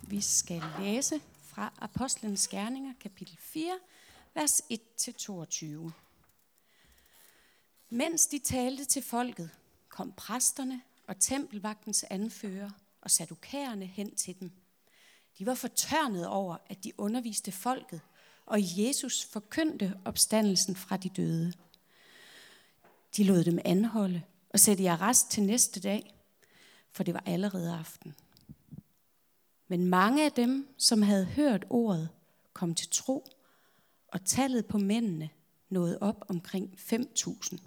Vi skal læse fra Apostlenes Gerninger, kapitel 4, vers 1-22. Mens de talte til folket, kom præsterne og tempelvagtens anfører og saddukæerne hen til dem. De var fortørnet over, at de underviste folket, og Jesus forkyndte opstandelsen fra de døde. De lod dem anholde og sætte i arrest til næste dag, for det var allerede aften. Men mange af dem, som havde hørt ordet, kom til tro, og tallet på mændene nåede op omkring 5.000.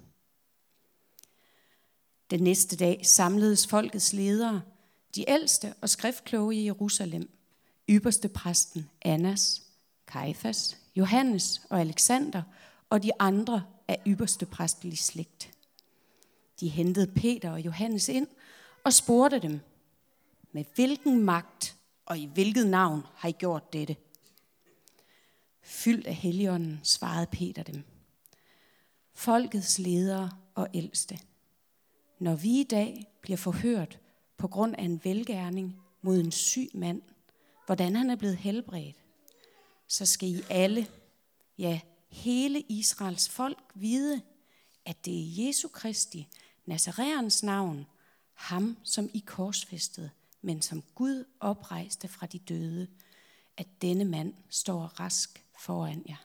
Den næste dag samledes folkets ledere, de ældste og skriftkloge i Jerusalem, ypperstepræsten Annas, Kajfas, Johannes og Alexander og de andre af ypperstepræstelig slægt. De hentede Peter og Johannes ind og spurgte dem, med hvilken magt og i hvilket navn har I gjort dette? Fyldt af Helligånden svarede Peter dem, folkets ledere og ældste. Når vi i dag bliver forhørt på grund af en velgerning mod en syg mand, hvordan han er blevet helbredt, så skal I alle, ja hele Israels folk, vide, at det er Jesu Kristi, Nazareens navn, ham som I korsfæstede, men som Gud oprejste fra de døde, at denne mand står rask foran jer.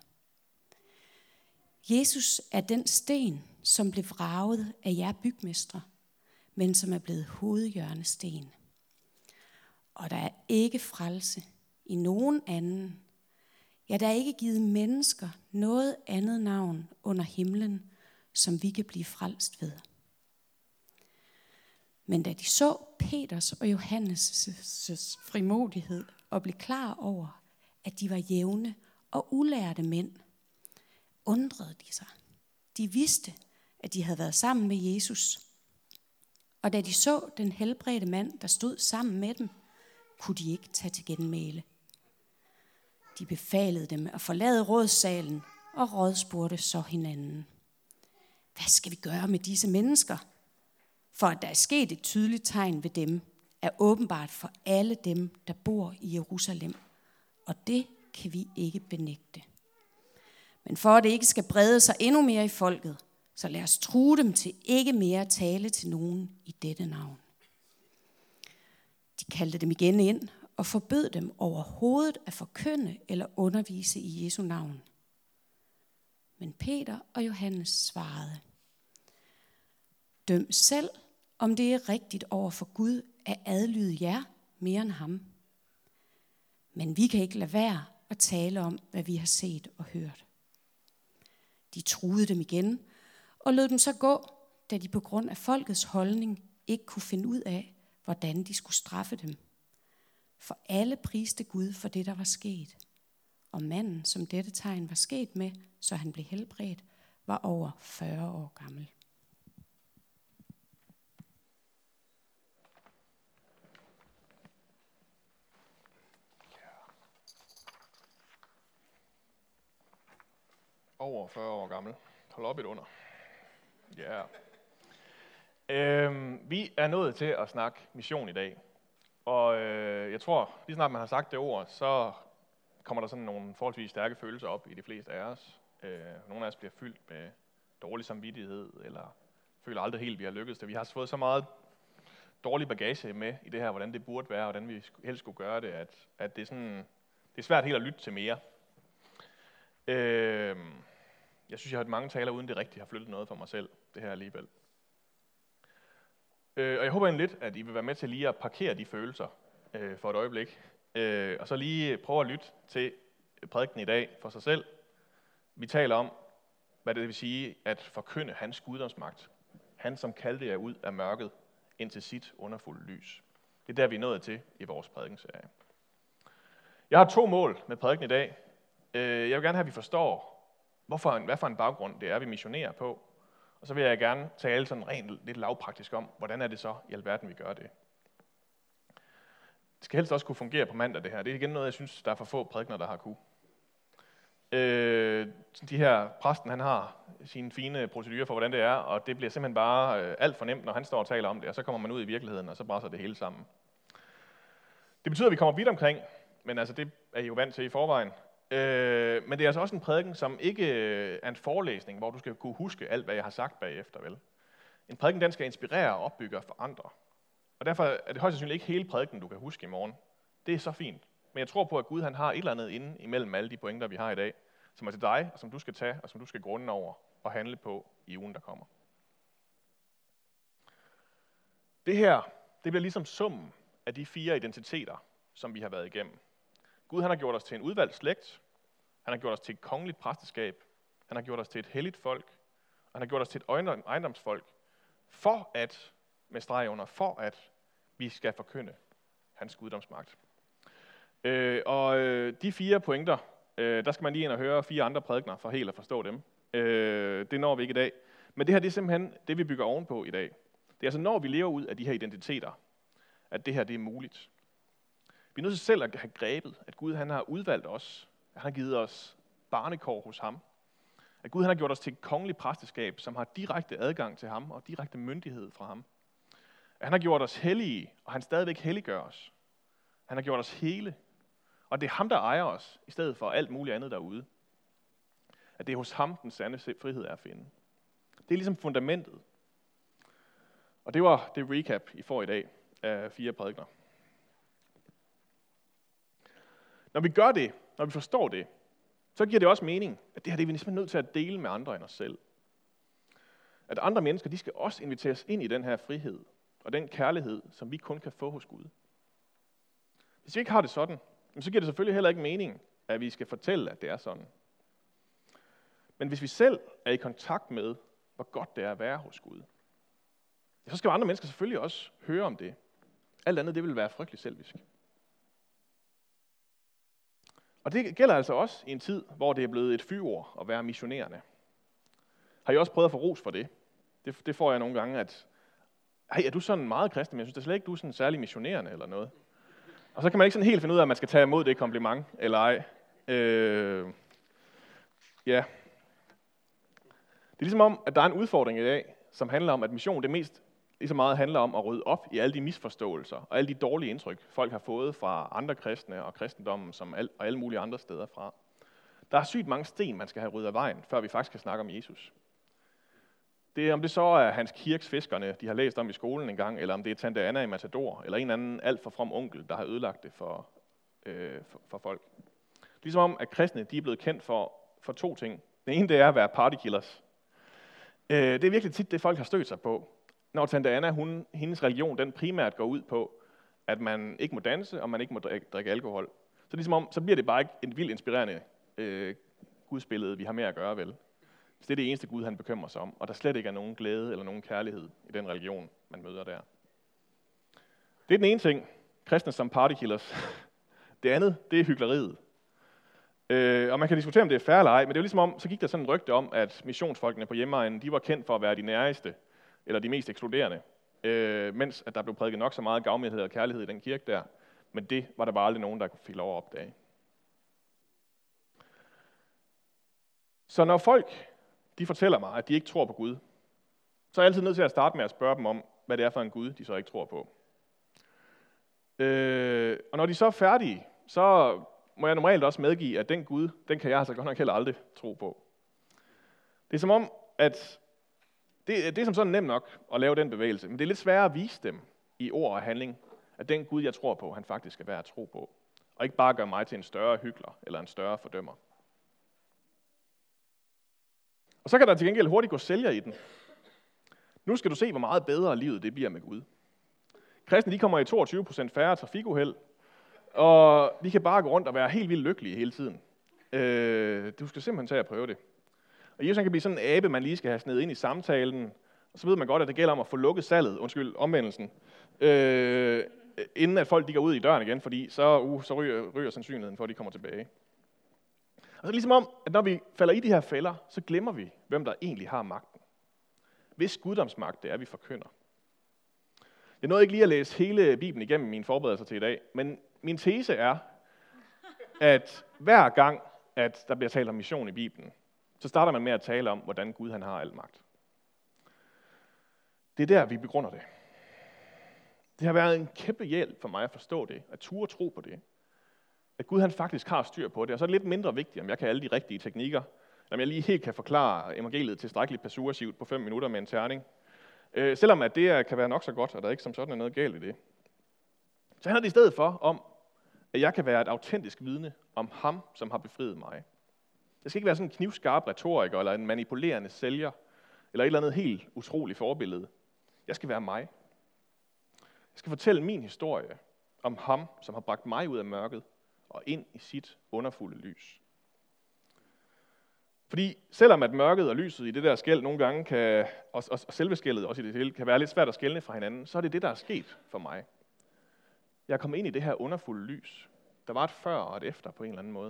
Jesus er den sten, som blev vraget af jer bygmestre, men som er blevet hovedhjørnesten. Og der er ikke frelse i nogen anden. Ja, der er ikke givet mennesker noget andet navn under himlen, som vi kan blive frelst ved. Men da de så Peters og Johannes' frimodighed og blev klar over, at de var jævne og ulærte mænd, undrede de sig. De vidste, at de havde været sammen med Jesus. Og da de så den helbredte mand, der stod sammen med dem, kunne de ikke tage til genmæle. De befalede dem at forlade rådssalen og rådspurgte så hinanden. Hvad skal vi gøre med disse mennesker? For at der er sket et tydeligt tegn ved dem, er åbenbart for alle dem, der bor i Jerusalem. Og det kan vi ikke benægte. Men for at det ikke skal brede sig endnu mere i folket, så lad os true dem til ikke mere at tale til nogen i dette navn. De kaldte dem igen ind og forbød dem overhovedet at forkynde eller undervise i Jesu navn. Men Peter og Johannes svarede, døm selv, om det er rigtigt over for Gud at adlyde jer mere end ham. Men vi kan ikke lade være at tale om, hvad vi har set og hørt. De truede dem igen og lod dem så gå, da de på grund af folkets holdning ikke kunne finde ud af, hvordan de skulle straffe dem. For alle priste Gud for det, der var sket. Og manden, som dette tegn var sket med, så han blev helbredt, var over 40 år gammel. Over 40 år gammel. Hold op et under. Ja. Vi er nået til at snakke mission i dag. Og jeg tror, lige snart man har sagt det ord, så kommer der sådan nogle forholdsvis stærke følelser op i de fleste af os. Nogle af os bliver fyldt med dårlig samvittighed, eller føler aldrig helt, vi har lykkedes det. Vi har fået så meget dårlig bagage med i det her, hvordan det burde være, og hvordan vi helst skulle gøre det, at det er svært helt at lytte til mere. Jeg synes, jeg har hørt mange taler, uden det rigtigt har flyttet noget for mig selv, det her alligevel. Og jeg håber egentlig lidt, at I vil være med til lige at parkere de følelser for et øjeblik, og så lige prøve at lytte til prædiken i dag for sig selv. Vi taler om, hvad det vil sige at forkynde hans guddomsmagt. Han, som kaldte jer ud af mørket ind til sit underfulde lys. Det er der, vi er nået til i vores prædikenserie. Jeg har 2 mål med prædiken i dag. Jeg vil gerne have, at vi forstår, hvad for en baggrund det er, vi missionerer på. Og så vil jeg gerne tale sådan rent lidt lavpraktisk om, hvordan er det så i alverden, vi gør det. Det skal helst også kunne fungere på mandag, det her. Det er igen noget, jeg synes, der er for få prædikener, der har kunne. De her præsten, han har sine fine procedurer for, hvordan det er, og det bliver simpelthen bare alt for nemt, når han står og taler om det, og så kommer man ud i virkeligheden, og så brænder det hele sammen. Det betyder, at vi kommer vidt omkring, men altså det er I jo vant til i forvejen. Men det er altså også en prædiken, som ikke er en forelæsning, hvor du skal kunne huske alt, hvad jeg har sagt bagefter, vel? En prædiken, den skal inspirere, opbygge og forandre. Og derfor er det højst sandsynligt ikke hele prædiken, du kan huske i morgen. Det er så fint. Men jeg tror på, at Gud han har et eller andet inde imellem alle de pointer, vi har i dag, som er til dig, og som du skal tage, og som du skal grunde over og handle på i ugen, der kommer. Det her, det bliver ligesom summen af de 4 identiteter, som vi har været igennem. Gud han har gjort os til en udvalgt slægt, han har gjort os til et kongeligt præsteskab, han har gjort os til et helligt folk, og han har gjort os til et ejendomsfolk, for at, med streg under, for at vi skal forkynde hans guddomsmagt. De 4 pointer, der skal man lige ind og høre 4 andre prædikener for helt at forstå dem. Det når vi ikke i dag. Men det her det er simpelthen det, vi bygger ovenpå i dag. Det er altså, når vi lever ud af de her identiteter, at det her det er muligt. Vi er nødt til selv at have grebet, at Gud han har udvalgt os, at han har givet os barnekår hos ham, at Gud han har gjort os til et kongeligt præsteskab, som har direkte adgang til ham og direkte myndighed fra ham. At han har gjort os hellige, og han stadigvæk helliggør os. Han har gjort os hele, og det er ham, der ejer os, i stedet for alt muligt andet derude. At det er hos ham, den sande frihed er at finde. Det er ligesom fundamentet. Og det var det recap, I får i dag af 4 prædikener. Når vi gør det, når vi forstår det, så giver det også mening, at det her det er vi simpelthen nødt til at dele med andre end os selv. At andre mennesker, de skal også inviteres ind i den her frihed og den kærlighed, som vi kun kan få hos Gud. Hvis vi ikke har det sådan, så giver det selvfølgelig heller ikke mening, at vi skal fortælle, at det er sådan. Men hvis vi selv er i kontakt med, hvor godt det er at være hos Gud, så skal andre mennesker selvfølgelig også høre om det. Alt andet, det vil være frygtelig selvisk. Og det gælder altså også i en tid, hvor det er blevet et fyord at være missionerende. Har I også prøvet at få ros for det? Det får jeg nogle gange, at hey, er du sådan meget kristen, men jeg synes da slet ikke, du er sådan særlig missionerende eller noget. Og så kan man ikke sådan helt finde ud af, at man skal tage imod det kompliment, eller ej. Ja. Det er ligesom om, at der er en udfordring i dag, som handler om, at mission det mest lige så meget handler om at rydde op i alle de misforståelser og alle de dårlige indtryk, folk har fået fra andre kristne og kristendommen og alle mulige andre steder fra. Der er sygt mange sten, man skal have ryddet af vejen, før vi faktisk kan snakke om Jesus. Det er, om det så er Hans Kirks fiskerne, de har læst om i skolen en gang, eller om det er Tante Anna i Matador, eller en anden alt for from onkel, der har ødelagt det for folk. Ligesom om, at kristne de er blevet kendt for 2 ting. Den ene, det er at være partykillers. Det er virkelig tit det, folk har stødt sig på. Når Tante Anna, hendes religion, den primært går ud på, at man ikke må danse, og man ikke må drikke alkohol. Så ligesom om, så bliver det bare ikke en vildt inspirerende gudsbillede, vi har med at gøre, vel? Så det er det eneste Gud, han bekymrer sig om, og der slet ikke er nogen glæde eller nogen kærlighed i den religion, man møder der. Det er den ene ting, kristne som partykillers. Det andet, det er hykleriet. Og man kan diskutere, om det er fair eller ej, men det er jo ligesom om, så gik der sådan en rygte om, at missionsfolkene på hjemmeegnen, de var kendt for at være de næreste, eller de mest ekskluderende, mens at der blev prædiket nok så meget gavmildhed og kærlighed i den kirke der, men det var der bare aldrig nogen, der fik lov at opdage. Så når folk, de fortæller mig, at de ikke tror på Gud, så er jeg altid nødt til at starte med at spørge dem om, hvad det er for en Gud, de så ikke tror på. Og når de så er færdige, så må jeg normalt også medgive, at den Gud, den kan jeg altså godt nok heller aldrig tro på. Det er som om, at det er som sådan nemt nok at lave den bevægelse, men det er lidt sværere at vise dem i ord og handling, at den Gud, jeg tror på, han faktisk er værd at tro på, og ikke bare gøre mig til en større hykler eller en større fordømmer. Og så kan der til gengæld hurtigt gå sælger i den. Nu skal du se, hvor meget bedre livet det bliver med Gud. Kristne, de kommer i 22% færre trafikuheld, og de kan bare gå rundt og være helt vildt lykkelige hele tiden. Du skal simpelthen tage at prøve det. Og Jesus kan blive sådan en abe, man lige skal have snedet ind i samtalen, og så ved man godt, at det gælder om at få lukket omvendelsen, inden at folk de går ud i døren igen, fordi så ryger sandsynligheden for, at de kommer tilbage. Og så ligesom om, at når vi falder i de her fælder, så glemmer vi, hvem der egentlig har magten. Hvis guddomsmagt det er, vi forkynder. Jeg nåede ikke lige at læse hele Bibelen igennem mine forberedelser til i dag, men min tese er, at hver gang, at der bliver talt om mission i Bibelen, så starter man med at tale om, hvordan Gud han har al magt. Det er der, vi begrunder det. Det har været en kæmpe hjælp for mig at forstå det, at ture tro på det. At Gud han faktisk har styr på det, og så er det lidt mindre vigtigt, om jeg kan alle de rigtige teknikker, om jeg lige helt kan forklare evangeliet tilstrækkeligt persuasivt på 5 minutter med en terning. Selvom at det kan være nok så godt, og der ikke som sådan er noget galt i det. Så handler det i stedet for om, at jeg kan være et autentisk vidne om ham, som har befriet mig. Jeg skal ikke være sådan en knivskarp retoriker, eller en manipulerende sælger, eller et eller andet helt utroligt forbillede. Jeg skal være mig. Jeg skal fortælle min historie om ham, som har bragt mig ud af mørket og ind i sit underfulde lys. Fordi selvom at mørket og lyset i det der skel nogle gange kan, og selve skellet også i det hele, kan være lidt svært at skelne fra hinanden, så er det det, der er sket for mig. Jeg er kommet ind i det her underfulde lys. Der var et før og et efter på en eller anden måde.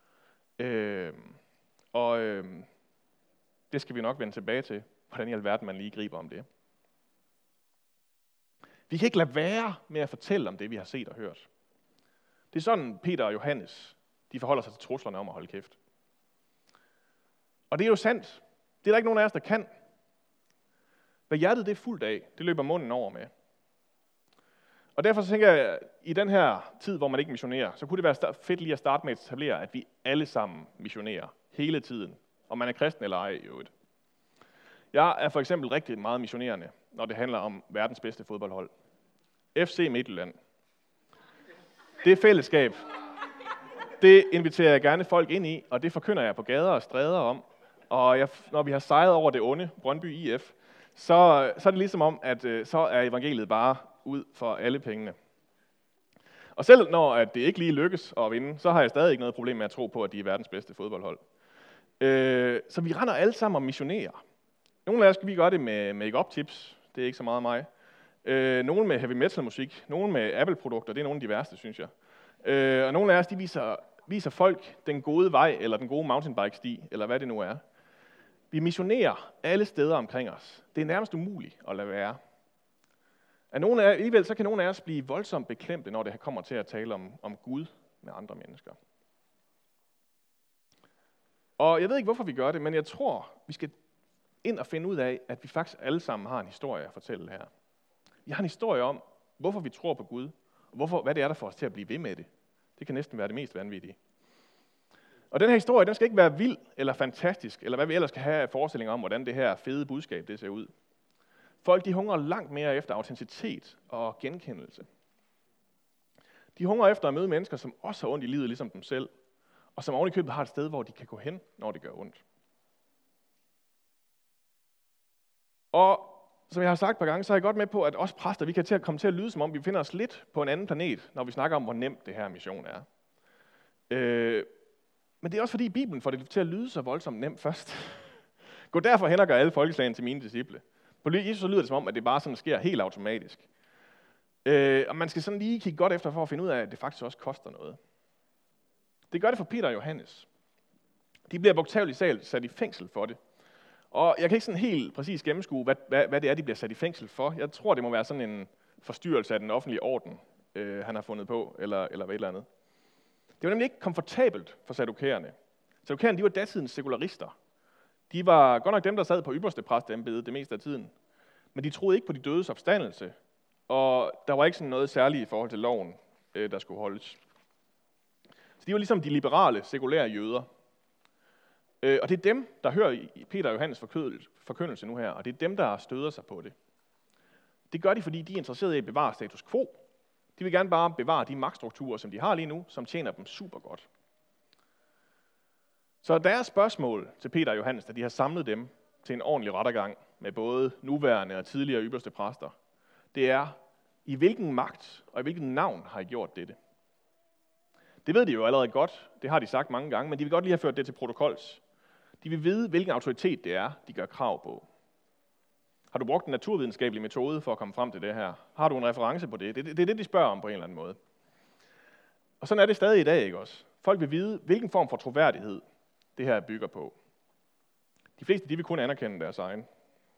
Det skal vi nok vende tilbage til, hvordan i alverden man lige griber om det. Vi kan ikke lade være med at fortælle om det, vi har set og hørt. Det er sådan, Peter og Johannes, de forholder sig til truslerne om at holde kæft. Og det er jo sandt. Det er der ikke nogen af os, der kan. Hvad hjertet det er fuldt af, det løber munden over med. Og derfor så tænker jeg, i den her tid, hvor man ikke missionerer, så kunne det være fedt lige at starte med at etablere, at vi alle sammen missionerer hele tiden. Om man er kristen eller ej i øvrigt. Jeg er for eksempel rigtig meget missionerende, når det handler om verdens bedste fodboldhold. FC Midtjylland. Det fællesskab, det inviterer jeg gerne folk ind i, og det forkynder jeg på gader og stræder om. Og når vi har sejret over det onde Brøndby IF, så er det ligesom om, at så er evangeliet bare ud for alle pengene. Og selv når at det ikke lige lykkes at vinde, så har jeg stadig ikke noget problem med at tro på, at de er verdens bedste fodboldhold. Så vi render alle sammen og missionerer. Nogle af os vi gør det med make-up tips, det er ikke så meget mig. Nogle med heavy metal musik, nogle med Apple-produkter, det er nogle af de værste, synes jeg. Og nogle af os de viser folk den gode vej, eller den gode mountainbike-sti, eller hvad det nu er. Vi missionerer alle steder omkring os. Det er nærmest umuligt at lade være. Alligevel så kan nogle af os blive voldsomt beklemte, når det kommer til at tale om Gud med andre mennesker. Og jeg ved ikke, hvorfor vi gør det, men jeg tror, vi skal ind og finde ud af, at vi faktisk alle sammen har en historie at fortælle her. Vi har en historie om, hvorfor vi tror på Gud, og hvad det er, der får os til at blive ved med det. Det kan næsten være det mest vanvittige. Og den her historie, den skal ikke være vild eller fantastisk, eller hvad vi ellers skal have af forestillinger om, hvordan det her fede budskab det ser ud. Folk, de hungrer langt mere efter autenticitet og genkendelse. De hungrer efter at møde mennesker, som også har ondt i livet, ligesom dem selv, og som oven i købet har et sted, hvor de kan gå hen, når det gør ondt. Og som jeg har sagt et par gange, så er jeg godt med på, at os præster, vi kan komme til at lyde, som om vi befinder os lidt på en anden planet, når vi snakker om, hvor nemt det her mission er. Men det er også fordi, Bibelen får det til at lyde så voldsomt nemt først. Gå derfor hen og gør alle folkeslagene til mine disciple. På Jesus så lyder det som om, at det bare sådan sker helt automatisk. Og man skal sådan lige kigge godt efter for at finde ud af, at det faktisk også koster noget. Det gør det for Peter og Johannes. De bliver bogstaveligt talt sat i fængsel for det. Og jeg kan ikke sådan helt præcis gennemskue, hvad det er, de bliver sat i fængsel for. Jeg tror, det må være sådan en forstyrrelse af den offentlige orden, han har fundet på, eller hvad et eller andet. Det var nemlig ikke komfortabelt for saddukæerne. Saddukæerne, de var datidens sekularister. De var godt nok dem, der sad på ypperste præstembede det meste af tiden. Men de troede ikke på de dødes opstandelse, og der var ikke sådan noget særligt i forhold til loven, der skulle holdes. Så de var ligesom de liberale, sekulære jøder. Og det er dem, der hører i Peter og Johannes forkyndelse nu her, og det er dem, der støder sig på det. Det gør de, fordi de er interesserede i at bevare status quo. De vil gerne bare bevare de magtstrukturer, som de har lige nu, som tjener dem super godt. Så deres spørgsmål til Peter og Johannes, da de har samlet dem til en ordentlig rettergang med både nuværende og tidligere ypperste præster, det er, i hvilken magt og i hvilken navn har I gjort dette? Det ved de jo allerede godt, det har de sagt mange gange, men de vil godt lige have ført det til protokols. De vil vide, hvilken autoritet det er, de gør krav på. Har du brugt en naturvidenskabelig metode for at komme frem til det her? Har du en reference på det? Det er det, de spørger om på en eller anden måde. Og sådan er det stadig i dag, ikke også? Folk vil vide, hvilken form for troværdighed det her bygger på. De fleste, de vil kun anerkende deres egen.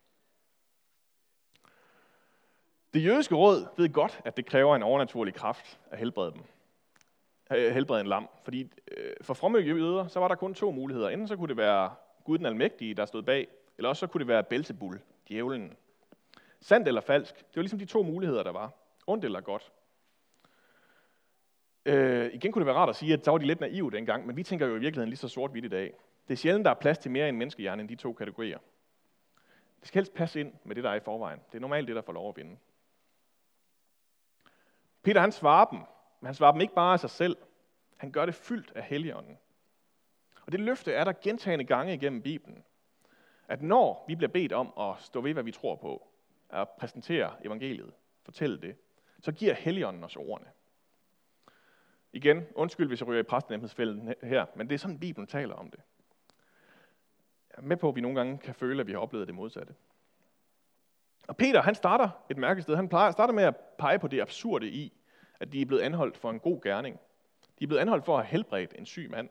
Det jødiske råd ved godt, at det kræver en overnaturlig kraft at helbrede dem. Helbrede en lam. Fordi for fromme jøder, så var der kun 2 muligheder. Enten så kunne det være Gud den Almægtige, der stod bag, eller også så kunne det være Belzebul, djævlen. Sandt eller falsk, det var ligesom de 2 muligheder, der var. ondt eller godt. Igen kunne det være rart at sige, at så var de lidt naive dengang, men vi tænker jo i virkeligheden lige så sort-hvidt i dag. Det er sjældent, der er plads til mere i en menneskehjerne end de to kategorier. Det skal helst passe ind med det, der er i forvejen. Det er normalt det, der får lov at vinde. Peter, han svarer dem, men han svarer dem ikke bare af sig selv. Han gør det fyldt af Helligånden. Og det løfte er der gentagne gange igennem Bibelen, at når vi bliver bedt om at stå ved, hvad vi tror på, at præsentere evangeliet, fortælle det, så giver Helligånden os ordene. Igen, undskyld, hvis jeg ryger i præstenemhedsfælden her, men det er sådan, Bibelen taler om det. Jeg er med på, at vi nogle gange kan føle, at vi har oplevet det modsatte. Og Peter, han starter et mærkeligt sted. Han starter med at pege på det absurde i, at de er blevet anholdt for en god gerning. De er blevet anholdt for at have helbredt en syg mand.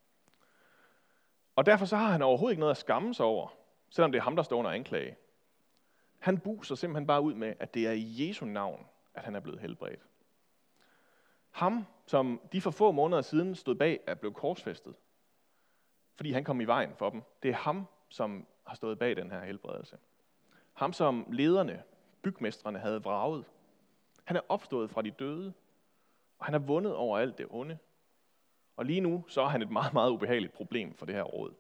Og derfor så har han overhovedet ikke noget at skamme sig over, selvom det er ham, der står under anklage. Han buser simpelthen bare ud med, at det er i Jesu navn, at han er blevet helbredt. Ham, som de for få måneder siden stod bag, er blevet korsfæstet, fordi han kom i vejen for dem. Det er ham, som har stået bag den her helbredelse. Ham, som lederne, bygmestrene, havde vraget. Han er opstået fra de døde, og han har vundet over alt det onde. Og lige nu, så er han et meget, meget ubehageligt problem for det her råd.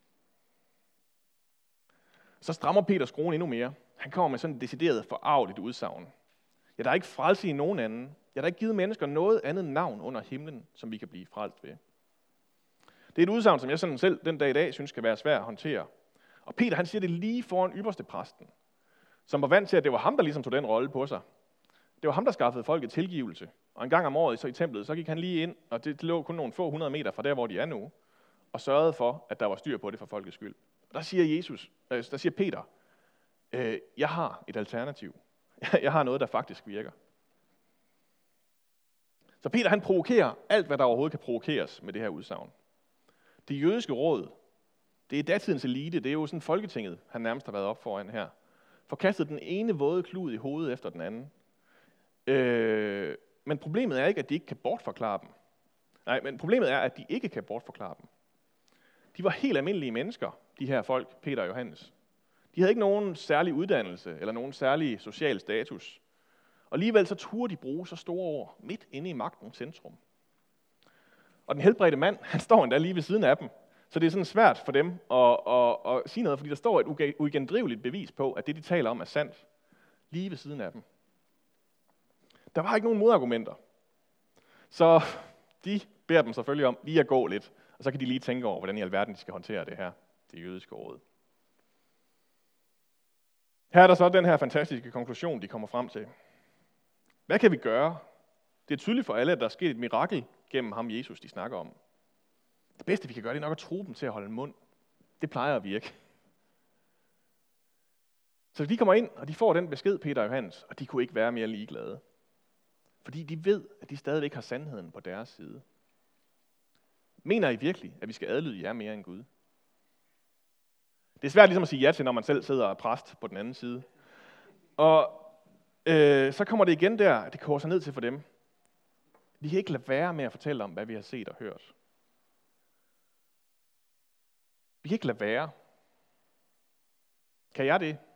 Så strammer Peter skruen endnu mere. Han kommer med sådan et decideret forarveligt udsagn. Ja, der er ikke frelse i nogen anden. Jeg har ikke givet mennesker noget andet navn under himlen, som vi kan blive frelst ved. Det er et udsagn, som jeg sådan selv den dag i dag synes kan være svært at håndtere. Og Peter, han siger det lige foran ypperste præsten, som var vant til, at det var ham, der ligesom tog den rolle på sig. Det var ham, der skaffede folket tilgivelse. Og en gang om året så i templet, så gik han lige ind, og det lå kun nogle få 100 meter fra der, hvor de er nu, og sørgede for, at der var styr på det for folkets skyld. Og der siger Peter, jeg har et alternativ. Jeg har noget, der faktisk virker. Så Peter, han provokerer alt, hvad der overhovedet kan provokeres med det her udsagn. Det jødiske råd, det er datidens elite, det er jo sådan Folketinget, han nærmest har været op foran her. Forkastet den ene våde klud i hovedet efter den anden. Men problemet er ikke, at de ikke kan bortforklare dem. Nej, men problemet er, at de ikke kan bortforklare dem. De var helt almindelige mennesker, de her folk, Peter og Johannes. De havde ikke nogen særlig uddannelse eller nogen særlig social status. Og alligevel så turde de bruge så store ord midt inde i magtens centrum. Og den helbredte mand, han står endda lige ved siden af dem. Så det er sådan svært for dem at sige noget, fordi der står et uigendriveligt bevis på, at det, de taler om, er sandt. Lige ved siden af dem. Der var ikke nogen modargumenter. Så de beder dem selvfølgelig om lige at gå lidt, og så kan de lige tænke over, hvordan i alverden de skal håndtere det her, det jødiske råd. Her er der så den her fantastiske konklusion, de kommer frem til. Hvad kan vi gøre? Det er tydeligt for alle, at der er sket et mirakel gennem ham, Jesus, de snakker om. Det bedste, vi kan gøre, det er nok at tro dem til at holde mund. Det plejer at virke. Så de kommer ind, og de får den besked, Peter og Johannes, og de kunne ikke være mere ligeglade. Fordi de ved, at de stadigvæk har sandheden på deres side. Mener I virkelig, at vi skal adlyde jer mere end Gud? Det er svært ligesom at sige ja til, når man selv sidder og er præst på den anden side. Og så kommer det igen der, at det koger sig ned til for dem. Vi kan ikke lade være med at fortælle om, hvad vi har set og hørt. Vi kan ikke lade være. Kan jeg det?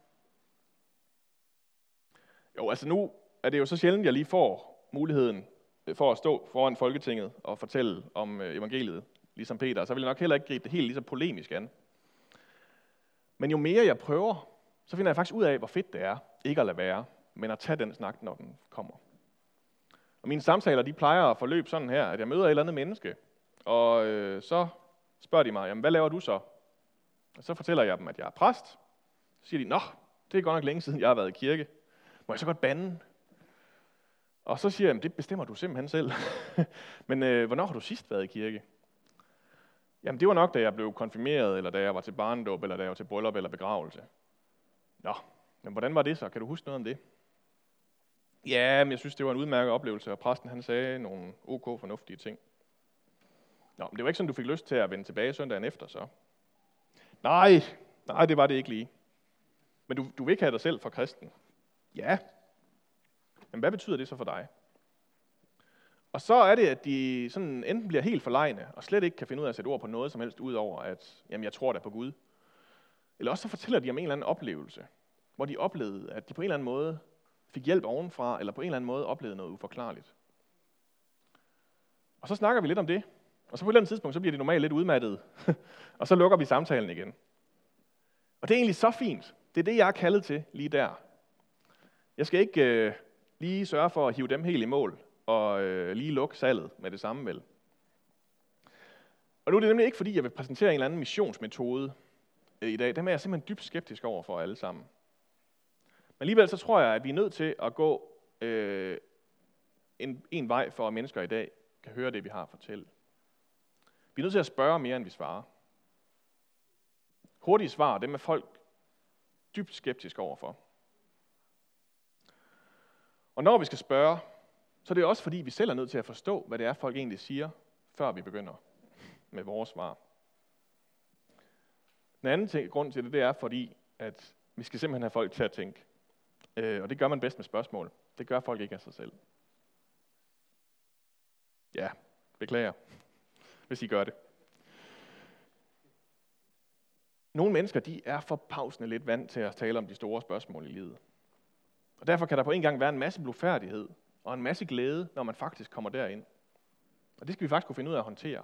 Jo, altså nu er det jo så sjældent, jeg lige får muligheden for at stå foran Folketinget og fortælle om evangeliet, ligesom Peter. Så vil jeg nok heller ikke gribe det helt lige så polemisk an. Men jo mere jeg prøver, så finder jeg faktisk ud af, hvor fedt det er, ikke at lade være, men at tage den snak, når den kommer. Og mine samtaler, de plejer at forløbe sådan her, at jeg møder et eller andet menneske, og så spørger de mig, jamen hvad laver du så? Og så fortæller jeg dem, at jeg er præst. Så siger de, nå, det er godt nok længe siden, jeg har været i kirke. Må jeg så godt bande? Og så siger jeg, jamen det bestemmer du simpelthen selv. Men hvornår har du sidst været i kirke? Jamen det var nok, da jeg blev konfirmeret, eller da jeg var til barnedåb, eller da jeg var til bryllup eller begravelse. Nå, men hvordan var det så? Kan du huske noget om det? Ja, men jeg synes, det var en udmærket oplevelse, og præsten han sagde nogle ok fornuftige ting. Nå, men det var ikke sådan, du fik lyst til at vende tilbage søndagen efter, så? Nej, det var det ikke lige. Men du vil ikke have dig selv for kristen? Ja. Men hvad betyder det så for dig? Og så er det, at de sådan enten bliver helt forlegne, og slet ikke kan finde ud af at sætte ord på noget som helst, ud over at, jamen jeg tror da på Gud. Eller også så fortæller de om en eller anden oplevelse, hvor de oplevede, at de på en eller anden måde fik hjælp ovenfra, eller på en eller anden måde oplevede noget uforklarligt. Og så snakker vi lidt om det, og så på et eller andet tidspunkt, så bliver det normalt lidt udmattet, og så lukker vi samtalen igen. Og det er egentlig så fint. Det er det, jeg er kaldet til lige der. Jeg skal ikke lige sørge for at hive dem helt i mål, og lige lukke salget med det samme vel. Og nu er det nemlig ikke, fordi jeg vil præsentere en eller anden missionsmetode i dag. Dem er jeg simpelthen dybt skeptisk over for alle sammen. Men alligevel så tror jeg, at vi er nødt til at gå en vej for, at mennesker i dag kan høre det, vi har at fortælle. Vi er nødt til at spørge mere, end vi svarer. Hurtige svar, dem er folk dybt skeptiske overfor. Og når vi skal spørge, så er det også fordi, vi selv er nødt til at forstå, hvad det er, folk egentlig siger, før vi begynder med vores svar. Den anden grund til det er, fordi at vi skal simpelthen have folk til at tænke. Og det gør man bedst med spørgsmål. Det gør folk ikke af sig selv. Ja, beklager, hvis I gør det. Nogle mennesker, de er forbavsende lidt vant til at tale om de store spørgsmål i livet. Og derfor kan der på en gang være en masse blufærdighed og en masse glæde, når man faktisk kommer derind. Og det skal vi faktisk kunne finde ud af at håndtere.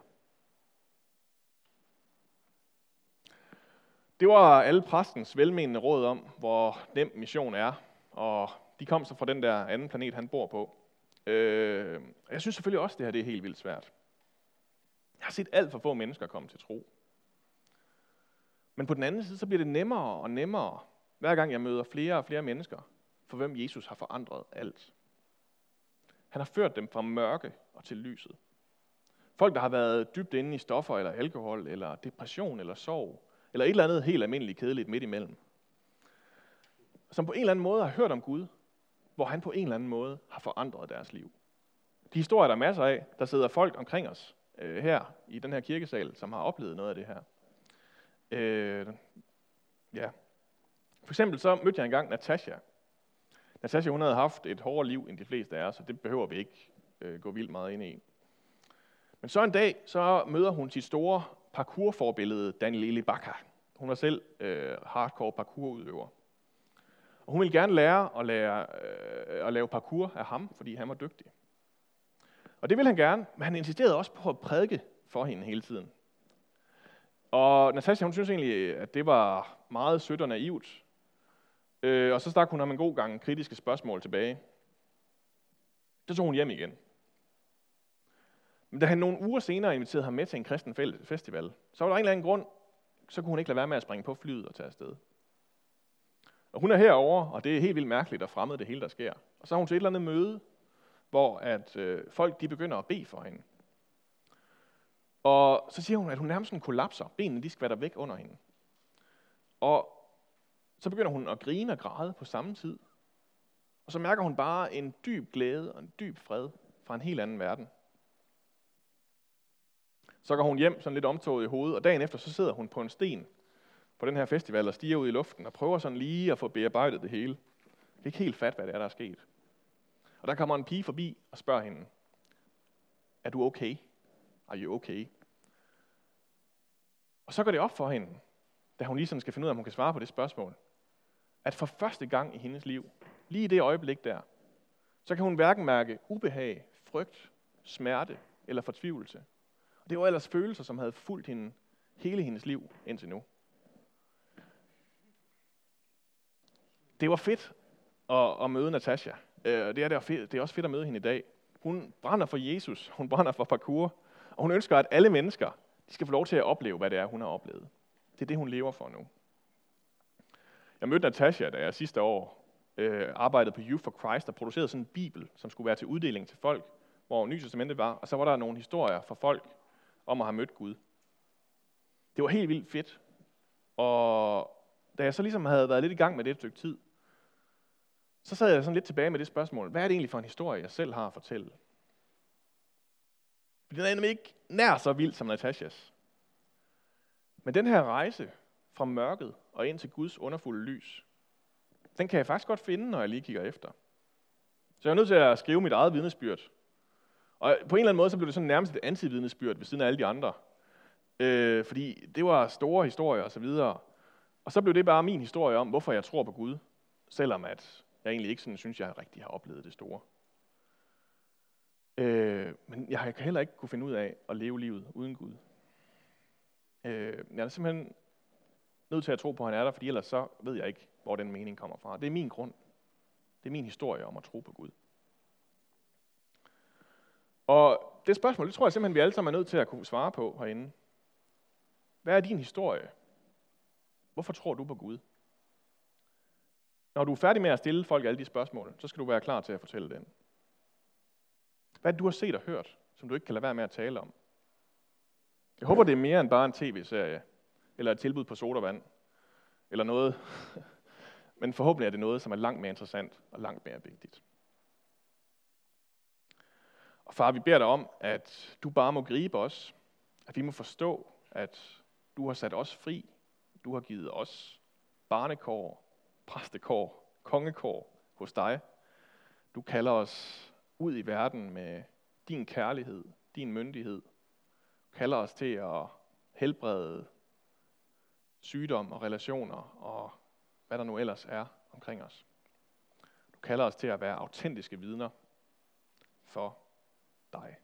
Det var alle præstens velmenende råd om, hvor nem mission er, og de kom så fra den der anden planet, han bor på. Jeg synes selvfølgelig også, det her det er helt vildt svært. Jeg har set alt for få mennesker komme til tro. Men på den anden side, så bliver det nemmere og nemmere, hver gang jeg møder flere og flere mennesker, for hvem Jesus har forandret alt. Han har ført dem fra mørke og til lyset. Folk, der har været dybt inde i stoffer eller alkohol, eller depression eller sorg, eller et eller andet helt almindeligt kedeligt midt imellem. Som på en eller anden måde har hørt om Gud, hvor han på en eller anden måde har forandret deres liv. De historier, der er masser af, der sidder folk omkring os her i den her kirkesal, som har oplevet noget af det her. Ja. For eksempel så mødte jeg engang Natasha. Natasha, hun havde haft et hårdere liv end de fleste af os, så det behøver vi ikke gå vildt meget ind i. Men så en dag, så møder hun sit store parkourforbillede, Daniele Bacca. Hun var selv hardcore parkourudøver. Og hun ville gerne lære at lave parkour af ham, fordi han var dygtig. Og det ville han gerne, men han insisterede også på at prædike for hende hele tiden. Og Natasha, hun synes egentlig, at det var meget sødt og naivt. Og så stak hun ham en god gang kritiske spørgsmål tilbage. Så tog hun hjem igen. Men da han nogle uger senere inviterede ham med til en kristen festival, så var der en eller anden grund, så kunne hun ikke lade være med at springe på flyet og tage afsted. Og hun er herovre, og det er helt vildt mærkeligt og fremmed det hele, der sker. Og så er hun til et eller andet møde, hvor at folk de begynder at bede for hende. Og så siger hun, at hun nærmest kollapser. Benene de skvatter væk under hende. Og så begynder hun at grine og græde på samme tid. Og så mærker hun bare en dyb glæde og en dyb fred fra en helt anden verden. Så går hun hjem sådan lidt omtoget i hovedet, og dagen efter så sidder hun på en sten på den her festival og stiger ud i luften og prøver sådan lige at få bearbejdet det hele. Det er ikke helt fat, hvad det er, der er sket. Og der kommer en pige forbi og spørger hende, er du okay? Are you okay? Og så går det op for hende, da hun lige sådan skal finde ud af, om hun kan svare på det spørgsmål, at for første gang i hendes liv, lige i det øjeblik der, så kan hun hverken mærke ubehag, frygt, smerte eller fortvivlelse. Og det var ellers følelser, som havde fulgt hende hele hendes liv indtil nu. Det var fedt at møde Natasha. Det er også fedt at møde hende i dag. Hun brænder for Jesus, hun brænder for parkour, og hun ønsker, at alle mennesker de skal få lov til at opleve, hvad det er, hun har oplevet. Det er det, hun lever for nu. Jeg mødte Natasha, da jeg sidste år arbejdede på Youth for Christ og producerede sådan en bibel, som skulle være til uddeling til folk, hvor Nye Testamentet var, og så var der nogle historier fra folk om at have mødt Gud. Det var helt vildt fedt. Og da jeg så ligesom havde været lidt i gang med det et stykke tid, så sad jeg sådan lidt tilbage med det spørgsmål, hvad er det egentlig for en historie, jeg selv har at fortælle? Den er nemlig ikke nær så vild som Natashas. Men den her rejse fra mørket og ind til Guds underfulde lys, den kan jeg faktisk godt finde, når jeg lige kigger efter. Så jeg er nødt til at skrive mit eget vidnesbyrd. Og på en eller anden måde, så blev det sådan nærmest et antividnesbyrd ved siden af alle de andre. Fordi det var store historier og så videre. Og så blev det bare min historie om, hvorfor jeg tror på Gud, selvom at jeg egentlig ikke sådan synes, jeg rigtig har oplevet det store. Men jeg kan heller ikke kunne finde ud af at leve livet uden Gud. Jeg er simpelthen nødt til at tro på, at han er der, fordi ellers så ved jeg ikke, hvor den mening kommer fra. Det er min grund. Det er min historie om at tro på Gud. Og det spørgsmål, det tror jeg simpelthen, vi alle sammen er nødt til at kunne svare på herinde. Hvad er din historie? Hvorfor tror du på Gud? Når du er færdig med at stille folk alle de spørgsmål, så skal du være klar til at fortælle den. Hvad er det, du har set og hørt, som du ikke kan lade være med at tale om? Jeg håber, det er mere end bare en tv-serie, eller et tilbud på sodavand, eller noget. Men forhåbentlig er det noget, som er langt mere interessant og langt mere vigtigt. Og far, vi beder dig om, at du bare må gribe os, at vi må forstå, at du har sat os fri, du har givet os barnekår, præstekår, kongekår hos dig. Du kalder os ud i verden med din kærlighed, din myndighed. Du kalder os til at helbrede sygdom og relationer og hvad der nu ellers er omkring os. Du kalder os til at være autentiske vidner for dig.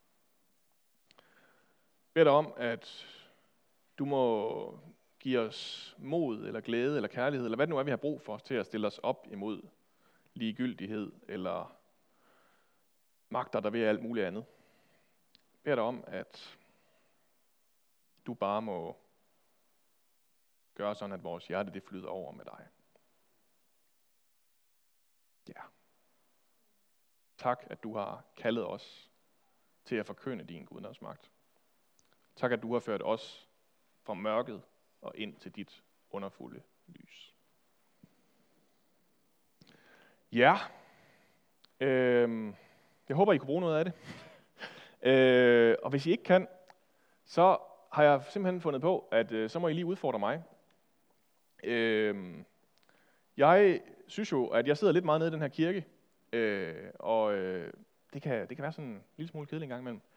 Jeg beder dig om, at du må give os mod eller glæde eller kærlighed, eller hvad det nu er, vi har brug for til at stille os op imod ligegyldighed eller magter, der vil alt muligt andet. Jeg beder dig om, at du bare må gøre sådan, at vores hjerte det flyder over med dig. Ja. Tak, at du har kaldet os til at forkynde din guddomsmagt. Tak, at du har ført os fra mørket og ind til dit underfulde lys. Ja, jeg håber, I kunne bruge noget af det. Og hvis I ikke kan, så har jeg simpelthen fundet på, at så må I lige udfordre mig. Jeg synes jo, at jeg sidder lidt meget nede i den her kirke, og det kan være sådan en lille smule kedeligt en gang imellem.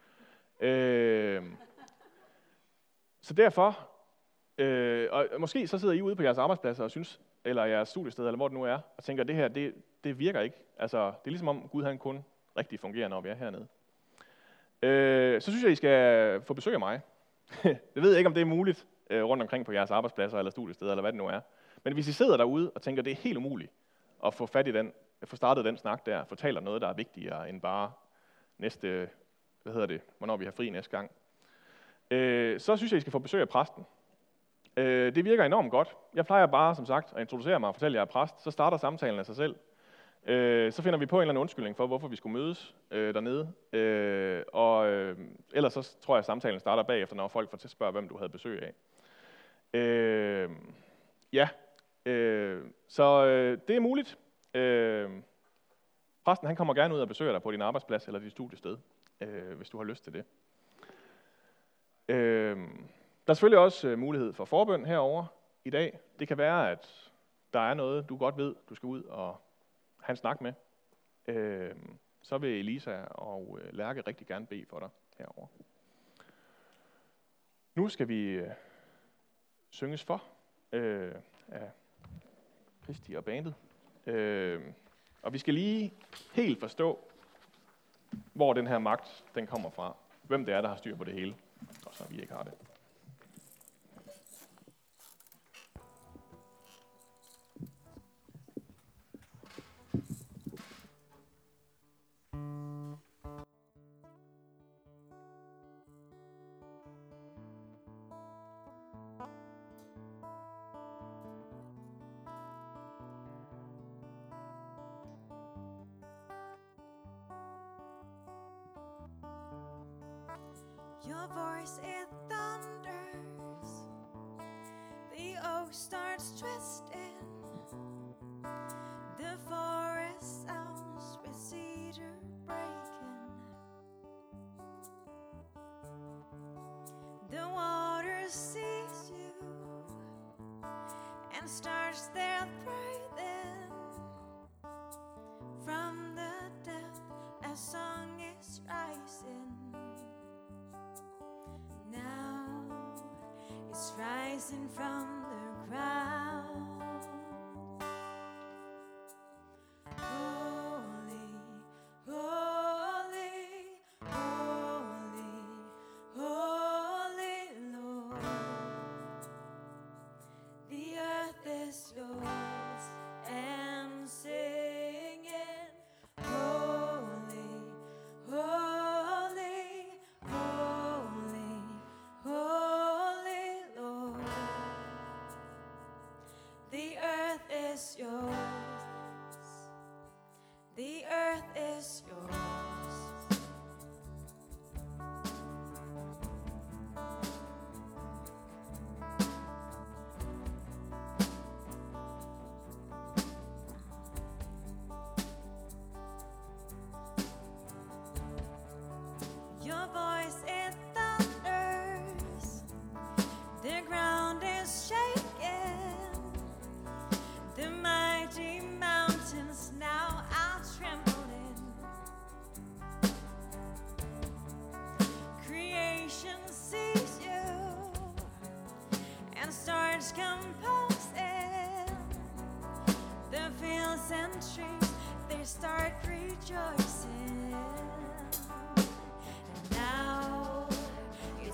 Så derfor, og måske så sidder I ude på jeres arbejdspladser og synes, eller jeres studiested, eller hvor det nu er, og tænker, at det her, det virker ikke. Altså, det er ligesom om Gud han kun rigtig fungerer, når vi er hernede. Så synes jeg, I skal få besøg af mig. Jeg ved ikke, om det er muligt rundt omkring på jeres arbejdspladser eller studiesteder, eller hvad det nu er. Men hvis I sidder derude og tænker, det er helt umuligt at få fat i den, få startet den snak der, fortæller noget, der er vigtigere end bare næste, hvornår vi har fri næste gang, så synes jeg, I skal få besøg af præsten. Det virker enormt godt. Jeg plejer bare, som sagt, at introducere mig og fortælle, at jeg er præst. Så starter samtalen af sig selv. Så finder vi på en eller anden undskyldning for, hvorfor vi skulle mødes dernede. Ellers så tror jeg, at samtalen starter bagefter, når folk får til at spørge, hvem du havde besøg af. Så det er muligt. Præsten han kommer gerne ud og besøger dig på din arbejdsplads eller dit studiested, hvis du har lyst til det. Der er selvfølgelig også mulighed for forbøn herover i dag. Det kan være, at der er noget, du godt ved, du skal ud og have en snak med. Så vil Elisa og Lærke rigtig gerne bede for dig herover. Nu skal vi synges for af Kristi og bandet. Og vi skal lige helt forstå, hvor den her magt den kommer fra. Hvem det er, der har styr på det hele, og så vi ikke har det. Your voice, it thunders, the oak starts twisting, the forest sounds with cedar breaking, the water sees you and starts their breathing, from the depth a song is rising. It's rising from the ground.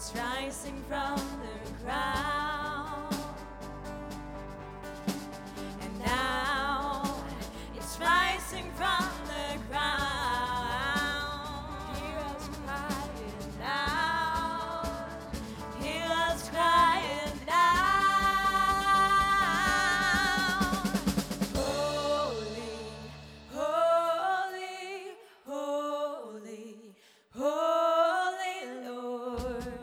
It's rising from the ground. And now it's rising from the ground. Hear us crying out. Hear us crying out. Holy, holy, holy, holy Lord.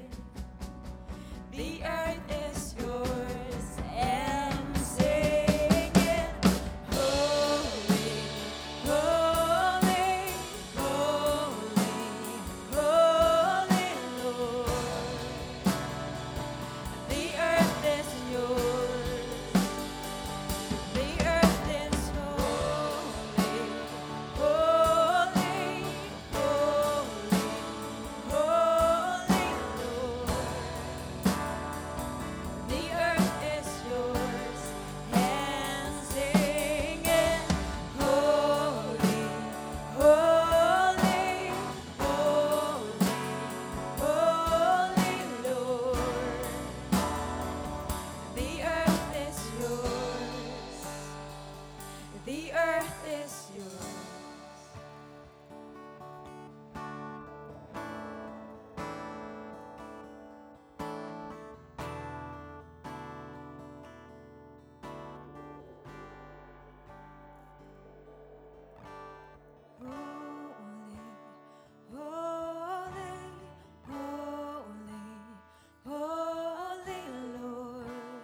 The earth is yours and singing. Holy, holy, holy, holy Lord. The earth is yours. The earth is holy, holy, holy, holy Lord. The earth is yours and singing. Holy, holy, holy, holy Lord. The earth is yours. The earth is yours. Holy, holy, holy, holy Lord.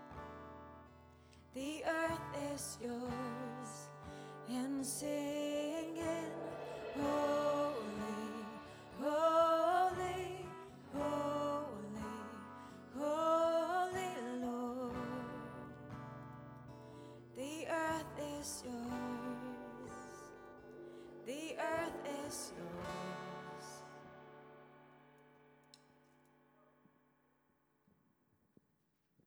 The earth is yours and singing. Holy, holy, holy, holy Lord. The earth is yours. The earth is yours.